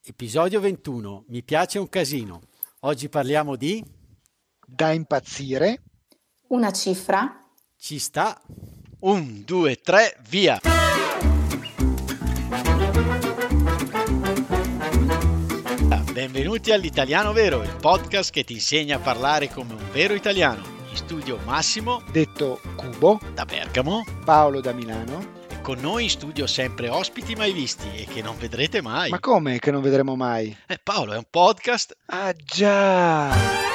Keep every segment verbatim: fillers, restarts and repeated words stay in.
Episodio ventuno. Mi piace un casino. Oggi parliamo di... Da impazzire. Una cifra. Ci sta. Un, due, tre, via! Benvenuti all'Italiano Vero, il podcast che ti insegna a parlare come un vero italiano. In studio Massimo, detto Cubo, da Bergamo, Paolo da Milano. e con noi in studio sempre ospiti mai visti e che non vedrete mai. Ma come che non vedremo mai? Eh, Paolo, è un podcast. Ah già!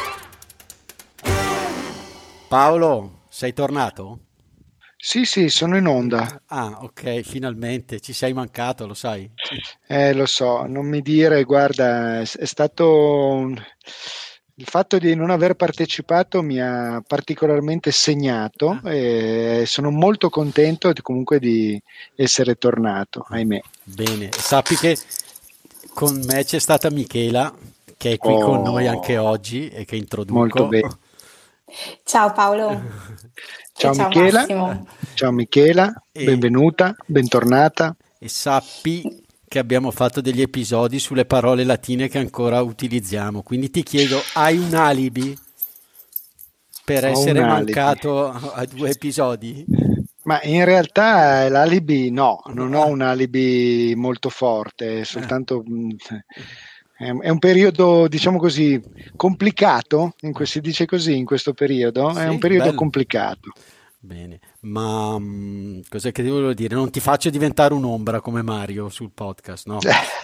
Paolo, sei tornato? Sì, sì, sono in onda. Ah, ok, finalmente. Ci sei mancato, lo sai? Eh, lo so, non mi dire, guarda, è è stato un... il fatto di non aver partecipato mi ha particolarmente segnato e sono molto contento di- comunque di essere tornato, ahimè. Bene, sappi che con me c'è stata Michela, che è qui Oh, con noi anche oggi e che introduco. molto bene. Ciao Paolo. Ciao E ciao Michela, Massimo. ciao Michela, E- benvenuta, bentornata. E sappi che abbiamo fatto degli episodi sulle parole latine che ancora utilizziamo. Quindi ti chiedo, hai un alibi per Ho essere un alibi. mancato a due episodi? Ma in realtà eh, l'alibi no, non ho un alibi molto forte, è soltanto mh, è è un periodo, diciamo così, complicato, in que- si dice così in questo periodo, è Sì, un periodo bello. complicato. Bene, ma mm, cos'è che ti volevo dire? Non ti faccio diventare un'ombra come Mario sul podcast, no?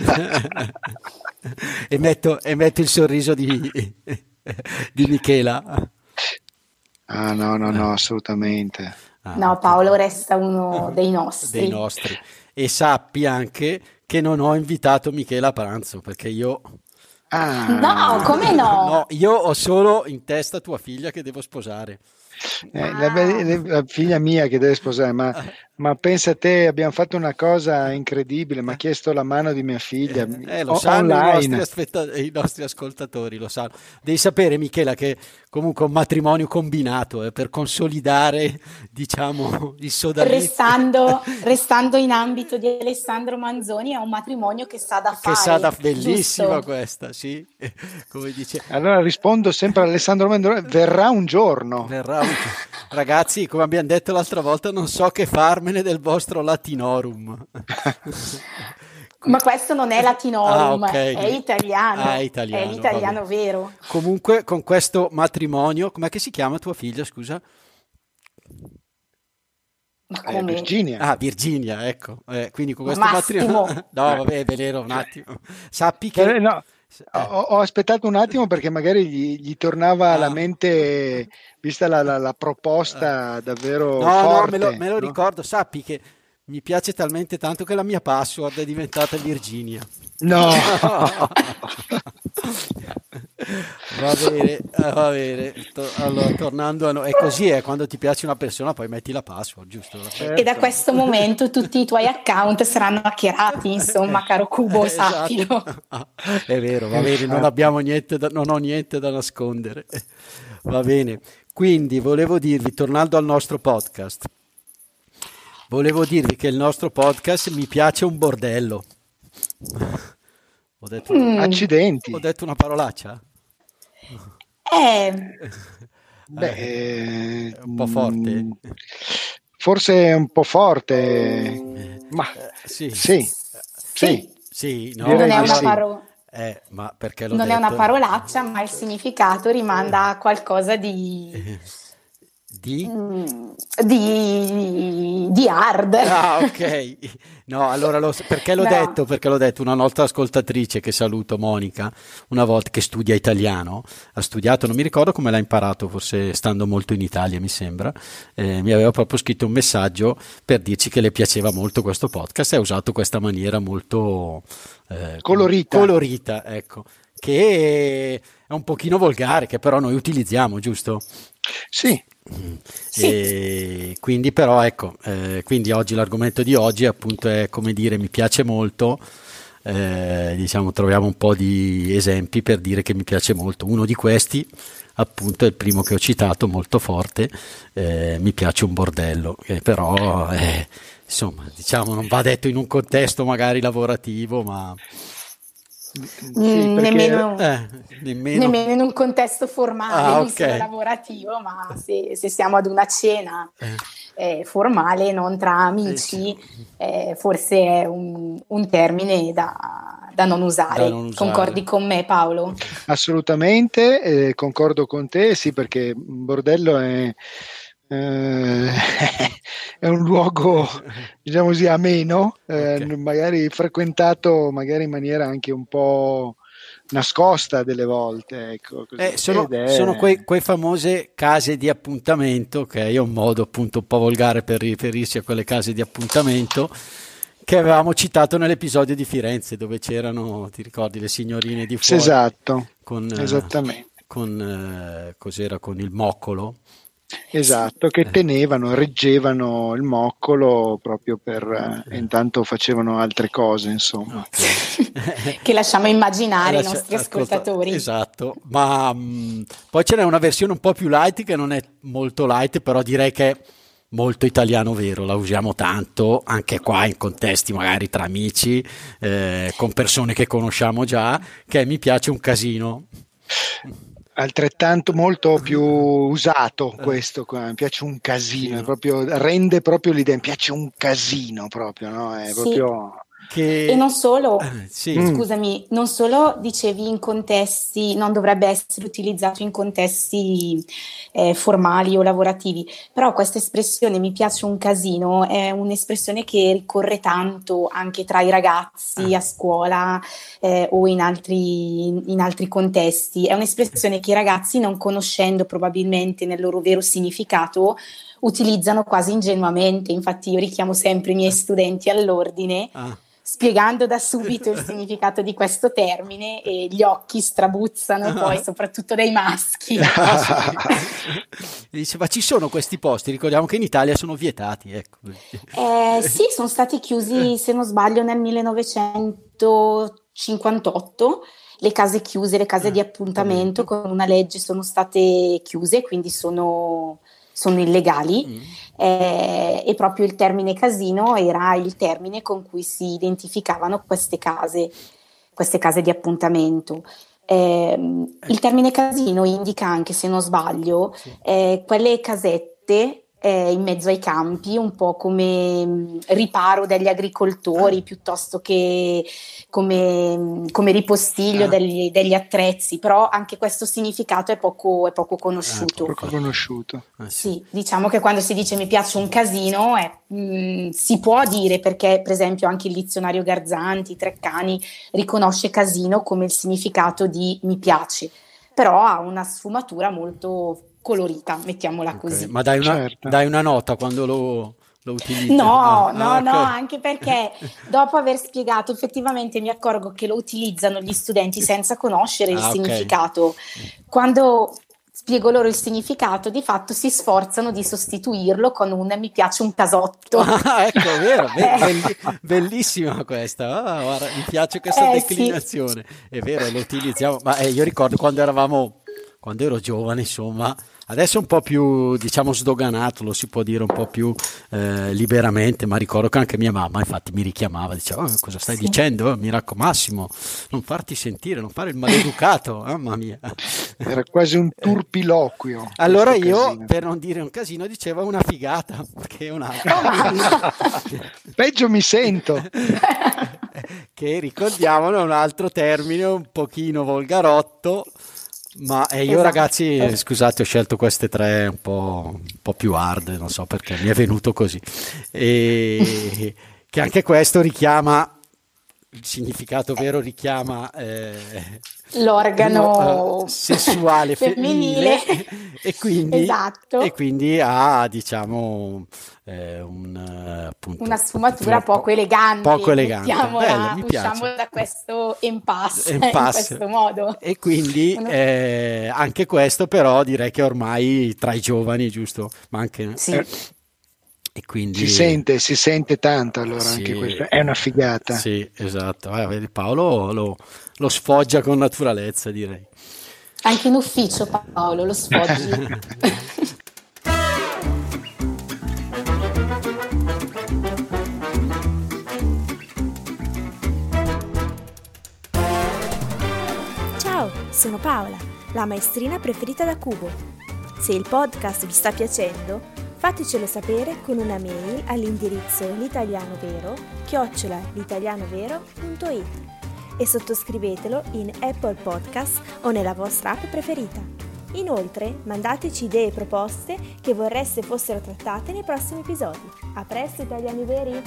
E metto, e metto il sorriso di, di Michela. Ah no, no, no, assolutamente. Ah, No, ok. Paolo resta uno dei nostri. Dei nostri. E sappi anche che non ho invitato Michela a pranzo perché io, Ah, No, come no? no, io ho solo in testa tua figlia che devo sposare. eh, la, la- la figlia mia che deve sposare, ma, ma pensa a te, abbiamo fatto una cosa incredibile, mi ha chiesto la mano di mia figlia Eh, lo o- sanno i nostri, online. aspetta- i nostri ascoltatori, lo sanno. Devi sapere, Michela, che comunque è un matrimonio combinato eh, per consolidare, diciamo, il sodalizio. Restando, restando in ambito di Alessandro Manzoni, è un matrimonio che sa da Che fare. sa da bellissima giusto? questa, sì. Come dice, Allora rispondo sempre a Alessandro Mendolino, verrà un giorno. verrà un- Ragazzi, come abbiamo detto l'altra volta, non so che farmene del vostro latinorum. Ma questo non è latinorum, Ah, ok. è italiano. Ah, è italiano, È l'italiano vabbè. vero. Comunque, con questo matrimonio, com'è che si chiama tua figlia, scusa? Ma Eh, come? Virginia. Ah, Virginia, ecco. Eh, quindi con questo Massimo. matrimonio... No, vabbè, ve l'ero un attimo. Sappi che... Eh, no, Eh, ho, ho aspettato un attimo perché magari gli, gli tornava alla Ah. mente, vista la, la- la proposta davvero No, no, forte. me lo, me lo no? ricordo. Sappi che mi piace talmente tanto che la mia password è diventata Virginia. No. Va bene, eh, va bene. To- allora, tornando a noi, è così, è quando ti piace una persona, poi metti la password, giusto? Certo. E da questo momento tutti i tuoi account saranno hackerati, insomma, caro Cubo, Esatto. sappilo. Ah, è vero, va bene, non abbiamo niente da, non ho niente da nascondere. Va bene. Quindi volevo dirvi, tornando al nostro podcast, volevo dirvi che il nostro podcast mi piace un bordello. Ho detto, Mm. Accidenti. ho detto una parolaccia? Eh, Beh, Eh, eh, è un po' forte. mm, forse è un po' forte, ma Eh, sì. sì, sì. sì, Sì, no, Direi non è di una sì. parola. eh, ma perché l'ho Non è una detto? parolaccia, ma il significato rimanda a qualcosa di, Di? mm, di, di hard. Ah, ok. No, allora lo- perché l'ho No. detto? Perché l'ho detto una nostra ascoltatrice che saluto, Monica, una volta che studia italiano, ha studiato, non mi ricordo come l'ha imparato, forse stando molto in Italia, mi sembra, eh, mi aveva proprio scritto un messaggio per dirci che le piaceva molto questo podcast e ha usato questa maniera molto eh, Colorita. colorita, ecco, che è un pochino volgare, che però noi utilizziamo, giusto? Sì, Sì. E quindi però ecco, eh, quindi oggi l'argomento di oggi appunto è, come dire, mi piace molto, eh, diciamo, troviamo un po' di esempi per dire che mi piace molto. Uno di questi appunto è il primo che ho citato, molto forte, eh, mi piace un bordello, che però eh, insomma, diciamo, non va detto in un contesto magari lavorativo, ma Sì, Mm, perché nemmeno, Eh, nemmeno. nemmeno in un contesto formale, Ah, non solo ok. lavorativo, ma se, se siamo ad una cena Eh, eh, formale, non tra eh, sì. amici, eh, forse è un, un termine da, da non Da usare. non usare. Concordi con me, Paolo? assolutamente, eh, concordo con te, sì, perché un bordello è, eh, è un luogo, diciamo così, ameno, eh, Ok. magari frequentato magari in maniera anche un po' nascosta delle volte, ecco, così. Eh, sono, Ed sono è quei, quei famose case di appuntamento, che è un modo appunto un po' volgare per riferirsi a quelle case di appuntamento che avevamo citato nell'episodio di Firenze, dove c'erano, ti ricordi, le signorine di sì, fuori esatto, con, eh, esattamente. con, eh, cos'era, con il moccolo. Sì. Esatto, che Eh, tenevano, reggevano il moccolo proprio per, eh, intanto facevano altre cose, insomma. ok. Che lasciamo immaginare ai Lascia- nostri ascolta, ascoltatori. esatto, ma mh, poi ce n'è una versione un po' più light che non è molto light, però direi che è molto italiano vero, la usiamo tanto anche qua in contesti magari tra amici, eh, con persone che conosciamo già, che mi piace un casino. Altrettanto molto più usato questo qua, mi piace un casino, è proprio, rende proprio l'idea, mi piace un casino proprio, no? È Sì. proprio... E non Che solo, eh, sì, Mm. scusami, non solo dicevi in contesti, non dovrebbe essere utilizzato in contesti eh, formali o lavorativi, però questa espressione mi piace un casino è un'espressione che ricorre tanto anche tra i ragazzi a scuola eh, o in altri, in altri contesti. È un'espressione che i ragazzi, non conoscendo probabilmente nel loro vero significato, utilizzano quasi ingenuamente. Infatti io richiamo sempre i miei studenti all'ordine, ah. spiegando da subito il significato di questo termine, e gli occhi strabuzzano poi, soprattutto dei maschi. Ah, sì. Dice, ma ci sono questi posti, ricordiamo che in Italia sono vietati, ecco. Eh, sì, sono stati chiusi, se non sbaglio, nel millenovecentocinquantotto. Le case chiuse, le case di appuntamento, con una legge sono state chiuse, quindi sono, sono illegali. Mm. Eh, e proprio il termine casino era il termine con cui si identificavano queste case, queste case di appuntamento. Eh, il termine casino indica anche, se non sbaglio, Sì. eh, quelle casette eh, in mezzo ai campi, un po' come mh, riparo degli agricoltori, piuttosto che come, mh, come ripostiglio Ah. degli, degli attrezzi, però anche questo significato è poco, è poco Ah, conosciuto. Poco conosciuto. Ah, sì. Sì, diciamo che quando si dice mi piace un casino è, mh, si può dire, perché per esempio anche il dizionario Garzanti, Treccani, riconosce casino come il significato di mi piace, però ha una sfumatura molto colorita, mettiamola Ok, così. ma dai una, Certo. dai una nota quando lo, lo utilizzi. No, Ah, no, ah, no, ok. anche perché dopo aver spiegato effettivamente mi accorgo che lo utilizzano gli studenti senza conoscere il Ah, ok. significato. Quando spiego loro il significato, di fatto si sforzano di sostituirlo con un mi piace un casotto. Ah, ecco, è vero, be- Eh. belli- bellissima questa. Ah, guarda, mi piace questa Eh, sì. declinazione. È vero, lo utilizziamo, ma eh, io ricordo quando eravamo, quando ero giovane, insomma, adesso è un po' più, diciamo, sdoganato, lo si può dire un po' più eh, liberamente, ma ricordo che anche mia mamma, infatti, mi richiamava, diceva, "Oh, cosa stai Sì. dicendo? Oh, mi raccomando, Massimo, non farti sentire, non fare il maleducato, mamma mia." Era quasi un turpiloquio. Allora questo io, casino. per non dire un casino, dicevo una figata, che è un'altra. Oh, mamma. Peggio mi sento. Che ricordiamolo è un altro termine un pochino volgarotto, ma eh, io Esatto. ragazzi, eh, scusate, ho scelto queste tre un po', un po' più hard, non so perché mi è venuto così, e che anche questo richiama, il significato vero richiama eh, L'organo no, eh, sessuale femminile, e quindi, Esatto. e quindi ha, diciamo, eh, un, eh, appunto, Una sfumatura po- poco elegante, poco elegante. mettiamola, Bello, mi usciamo piace. da questo impasse, in Impasse. questo modo. E quindi Uno- eh, anche questo però direi che ormai tra i giovani, giusto? Ma anche Sì. Eh, e quindi si sente, si sente tanto allora Sì. anche questo. È una figata. Sì, esatto. Eh, vedi, Paolo lo, lo sfoggia con naturalezza, direi. Anche in ufficio, Paolo, lo sfoggi. Ciao, sono Paola, la maestrina preferita da Cubo. Se il podcast vi sta piacendo, fatecelo sapere con una mail all'indirizzo l'italianovero chiocciola l'italianovero.it e sottoscrivetelo in Apple Podcast o nella vostra app preferita. Inoltre, mandateci idee e proposte che vorreste fossero trattate nei prossimi episodi. A presto, italiani veri!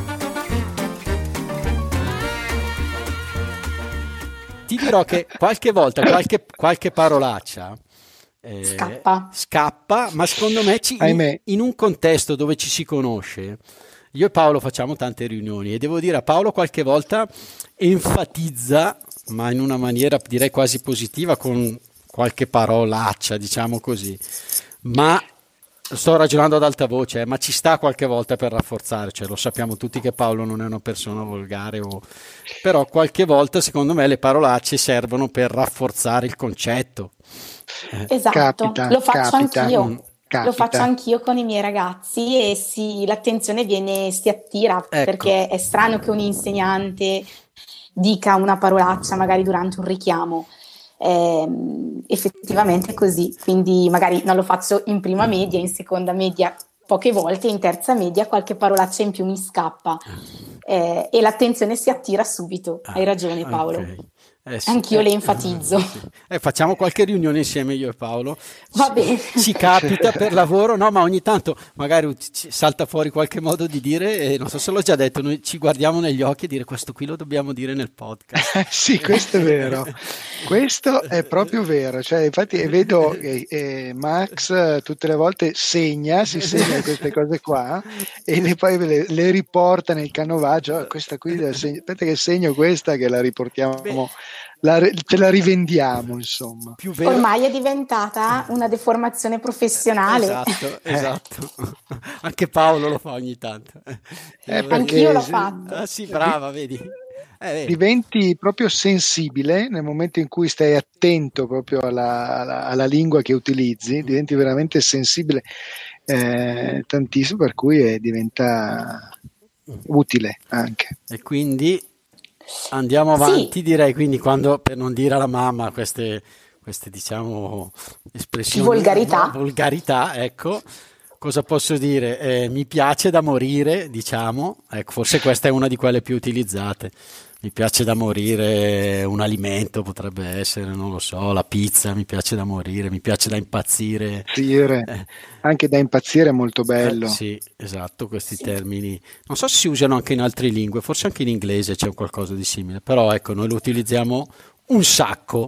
Ti dirò che qualche volta, qualche, qualche parolaccia eh, Scappa. scappa, ma secondo me ci, in, in un contesto dove ci si conosce, io e Paolo facciamo tante riunioni e devo dire a Paolo qualche volta enfatizza, ma in una maniera direi quasi positiva, con qualche parolaccia, diciamo così, ma sto ragionando ad alta voce, eh, ma ci sta qualche volta per rafforzare, cioè lo sappiamo tutti che Paolo non è una persona volgare, o... però qualche volta secondo me le parolacce servono per rafforzare il concetto. Eh. Esatto, capita, lo faccio capita, anch'io. Mm, lo faccio anch'io con i miei ragazzi e sì, l'attenzione viene, si attira, ecco. Perché è strano che un insegnante dica una parolaccia magari durante un richiamo. Eh, effettivamente è così, quindi magari non lo faccio in prima media, in seconda media poche volte, in terza media qualche parolaccia in più mi scappa eh, e l'attenzione si attira subito. Hai ragione Paolo. Okay. Eh sì, anch'io eh, le enfatizzo. Sì. Eh, facciamo qualche riunione insieme io e Paolo. Va bene. Ci capita per lavoro, no, ma ogni tanto magari ci salta fuori qualche modo di dire, e non so se l'ho già detto, noi ci guardiamo negli occhi e dire questo qui lo dobbiamo dire nel podcast. Sì, questo è vero. Questo è proprio vero. Cioè, infatti vedo che eh, Max tutte le volte segna, si segna queste cose qua e le, poi le, le riporta nel canovaggio. Oh, questa qui, segno, aspetta che segno questa che la riportiamo. Beh. La, te la rivendiamo, insomma. Più vero... Ormai è diventata una deformazione professionale. Esatto, esatto. Anche Paolo lo fa ogni tanto. Eh, Anch'io l'ho fatto. Ah, sì, brava, vedi. Eh, diventi proprio sensibile nel momento in cui stai attento proprio alla, alla, alla lingua che utilizzi, diventi veramente sensibile eh, tantissimo, per cui è, diventa utile anche. E quindi andiamo avanti, sì. Direi, quindi quando, per non dire alla mamma queste, queste diciamo espressioni, volgarità, volgarità, ecco, cosa posso dire? Eh, mi piace da morire, diciamo, ecco, forse questa è una di quelle più utilizzate. Mi piace da morire, un alimento potrebbe essere, non lo so, la pizza, mi piace da morire, mi piace da impazzire. Eh. Anche da impazzire è molto bello. Eh, sì, esatto, questi sì. termini. Non so se si usano anche in altre lingue, forse anche in inglese c'è qualcosa di simile, però ecco, noi lo utilizziamo un sacco.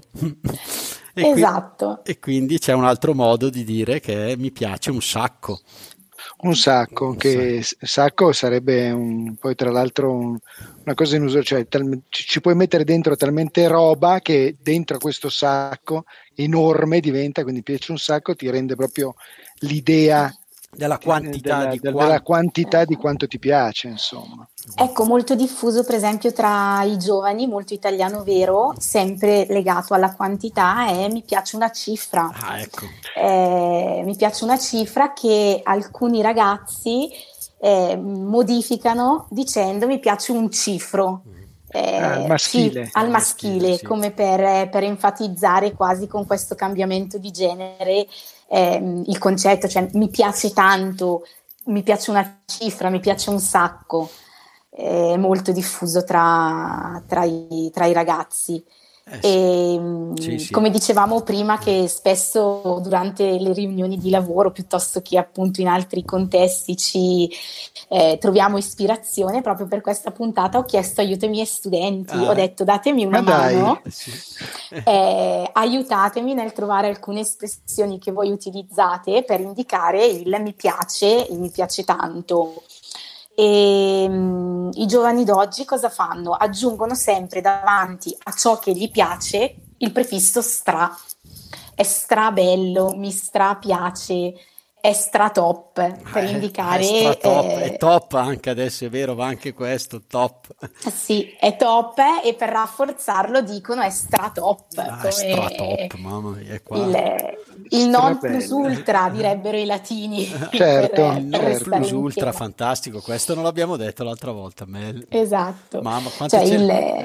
E esatto. Qui, e quindi c'è un altro modo di dire che è, mi piace un sacco. Un sacco, un che sacco. sacco sarebbe un, poi tra l'altro un, una cosa inusuale, cioè tal, ci, ci puoi mettere dentro talmente roba che dentro questo sacco enorme diventa, quindi piace un sacco, ti rende proprio l'idea della quantità, della, di, della quanto... quantità di quanto ti piace, insomma. Ecco, molto diffuso per esempio tra i giovani, molto italiano vero, sempre legato alla quantità, è mi piace una cifra. Ah, ecco. Eh, mi piace una cifra che alcuni ragazzi eh, modificano dicendo mi piace un cifro. Eh, al maschile, sì, al maschile sì. Come per, per enfatizzare quasi con questo cambiamento di genere eh, il concetto, cioè mi piace tanto, mi piace una cifra, mi piace un sacco. È molto diffuso tra, tra, i, tra i ragazzi. Eh sì. E, sì, sì. Come dicevamo prima, che spesso durante le riunioni di lavoro, piuttosto che appunto in altri contesti, ci eh, troviamo ispirazione. Proprio per questa puntata ho chiesto aiuto ai miei studenti, ah, ho detto datemi una mano, sì. eh, aiutatemi nel trovare alcune espressioni che voi utilizzate per indicare il mi piace, il mi piace tanto. E um, i giovani d'oggi cosa fanno? Aggiungono sempre davanti a ciò che gli piace il prefisso stra. È stra bello, mi stra piace, è stra top, per eh, indicare è, stra top, eh, è top anche adesso, è vero, va anche questo top. Sì, è top, e per rafforzarlo dicono è stra top, ah, come stra top, mamma mia, è qua. il, il non plus ultra, direbbero i latini. Certo, per, il per non plus ultra, tema. fantastico, questo non l'abbiamo detto l'altra volta. Mel. Esatto, Mamma, cioè il, in,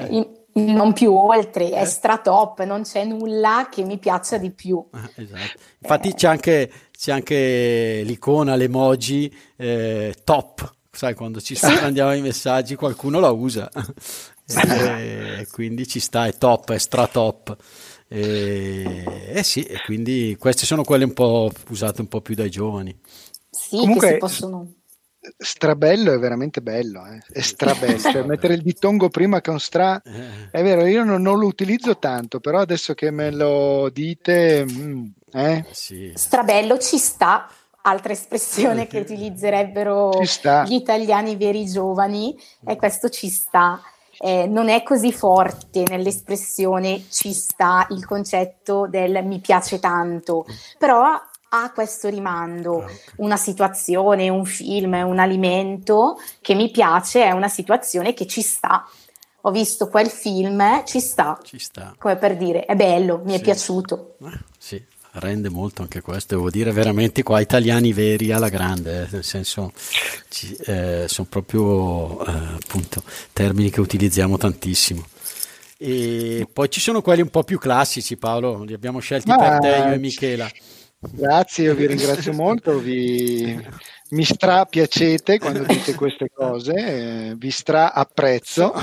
non più oltre, è stra top, non c'è nulla che mi piaccia di più. Ah, esatto. Infatti eh. c'è anche c'è anche l'icona, l'emoji eh, top, sai, quando ci mandiamo i messaggi qualcuno la usa e quindi ci sta, è top, è stra top. E eh sì, e quindi queste sono quelle un po' usate un po' più dai giovani. Sì, comunque, che si possono... strabello è veramente bello, eh? È strabello, cioè mettere il dittongo prima che un stra, è vero, io non, non lo utilizzo tanto, però adesso che me lo dite, mm, eh? Sì. Strabello ci sta, altra espressione che utilizzerebbero gli italiani veri giovani, e questo ci sta. Eh, non è così forte nell'espressione ci sta il concetto del mi piace tanto, però ha questo rimando, una situazione, un film, un alimento che mi piace, è una situazione che ci sta. Ho visto quel film, ci sta, ci sta. Come per dire, è bello, mi sì. è piaciuto. Eh, sì, rende molto anche questo, devo dire, veramente qua italiani veri alla grande, eh, nel senso ci, eh, sono proprio eh, appunto termini che utilizziamo tantissimo. E poi ci sono quelli un po' più classici, Paolo, li abbiamo scelti ah, per te, io e Michela. Grazie, io vi ringrazio molto, vi, mi strapiacete quando dite queste cose, eh, vi stra apprezzo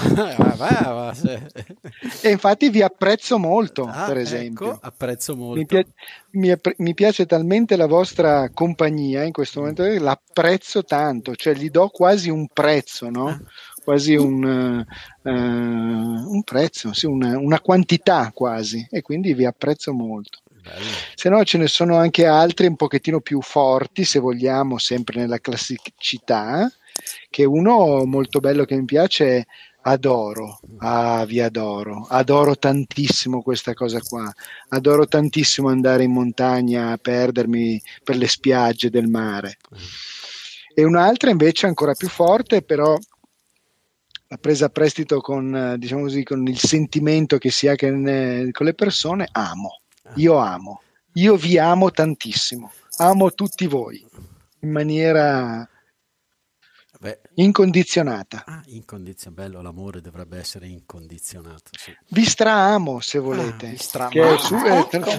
e infatti vi apprezzo molto, ah, per esempio. Ecco, apprezzo molto. Mi, pia- mi, mi piace talmente la vostra compagnia in questo momento, l'apprezzo tanto, cioè gli do quasi un prezzo, no? Ah. Quasi un, uh, un prezzo, sì, una, una quantità quasi, e quindi vi apprezzo molto. Se no ce ne sono anche altri un pochettino più forti, se vogliamo, sempre nella classicità, che uno molto bello che mi piace è adoro, ah vi adoro, adoro tantissimo questa cosa qua, adoro tantissimo andare in montagna a perdermi per le spiagge del mare. E un'altra invece ancora più forte, però la presa a prestito con, diciamo così, con il sentimento che si ha che ne, con le persone, amo. Io amo, io vi amo tantissimo, amo tutti voi in maniera Beh. incondizionata. Ah, incondizionato, bello, l'amore dovrebbe essere incondizionato. Sì. Vi straamo se volete. Ah, vi stra- che ah, su- ecco.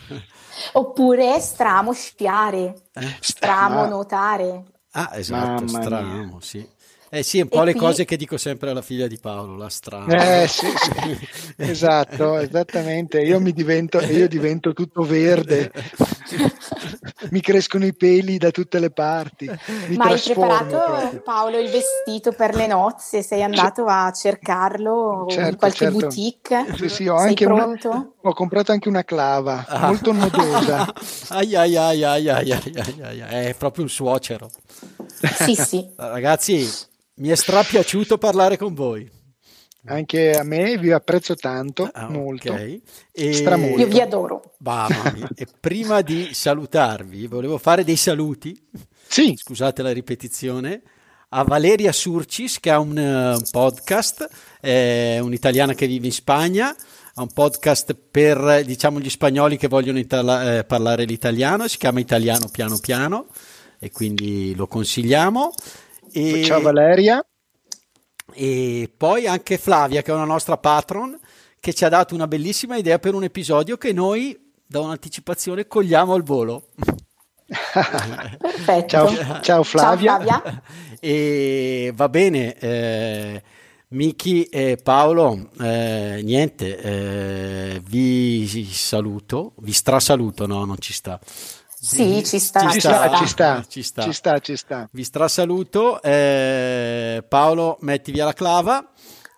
Oppure stramo spiare, eh? stramo ah. nuotare. Ah, esatto, Mamma stramo, mia. Sì. Eh sì, un po' e le qui... cose che dico sempre alla figlia di Paolo, la strada. Eh sì, sì. Esatto, esattamente. Io mi divento, io divento tutto verde, mi crescono i peli da tutte le parti. Mi Ma hai preparato, proprio. Paolo, il vestito per le nozze? Sei andato a cercarlo certo, in qualche certo. boutique? Sì, sì, ho Sei anche pronto? Una, ho comprato anche una clava, ah. molto nodosa. ai, ai, ai, ai, ai, ai, ai, ai. È proprio un suocero. Sì, sì. Ragazzi, mi è strapiaciuto parlare con voi. Anche a me, vi apprezzo tanto, ah, molto. Okay. E... Stramolto. Io vi adoro. Mamma mia. E prima di salutarvi, volevo fare dei saluti. Sì. Scusate la ripetizione. A Valeria Surcis, che ha un, uh, un podcast, è un'italiana che vive in Spagna, ha un podcast per, diciamo, gli spagnoli che vogliono itala- eh, parlare l'italiano, si chiama Italiano Piano Piano, e quindi lo consigliamo. E, ciao Valeria. E poi anche Flavia, che è una nostra patron, che ci ha dato una bellissima idea per un episodio che noi da un'anticipazione cogliamo al volo. Perfetto. Ciao, ciao Flavia. Ciao Flavia. E va bene, eh, Miki e Paolo, eh, niente, eh, vi saluto, vi strasaluto, no, non ci sta. Sì, ci sta, ci sta, ci sta, ci sta, ci sta, ci sta. Vi strasaluto, eh, Paolo, metti via la clava.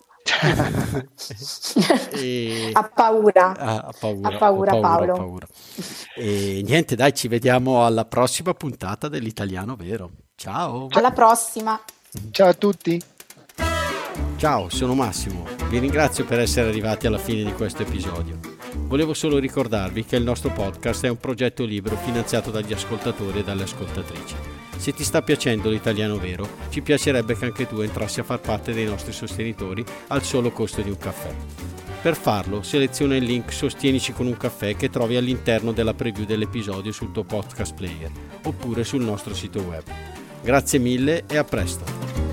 e... Ha paura. Ah, ha paura, ha paura, paura Paolo. Paura. E niente, dai, ci vediamo alla prossima puntata dell'Italiano Vero. Ciao. Alla prossima. Ciao a tutti. Ciao, sono Massimo. Vi ringrazio per essere arrivati alla fine di questo episodio. Volevo solo ricordarvi che il nostro podcast è un progetto libero finanziato dagli ascoltatori e dalle ascoltatrici. Se ti sta piacendo l'Italiano Vero, ci piacerebbe che anche tu entrassi a far parte dei nostri sostenitori al solo costo di un caffè. Per farlo, seleziona il link Sostienici con un caffè che trovi all'interno della preview dell'episodio sul tuo podcast player oppure sul nostro sito web. Grazie mille e a presto!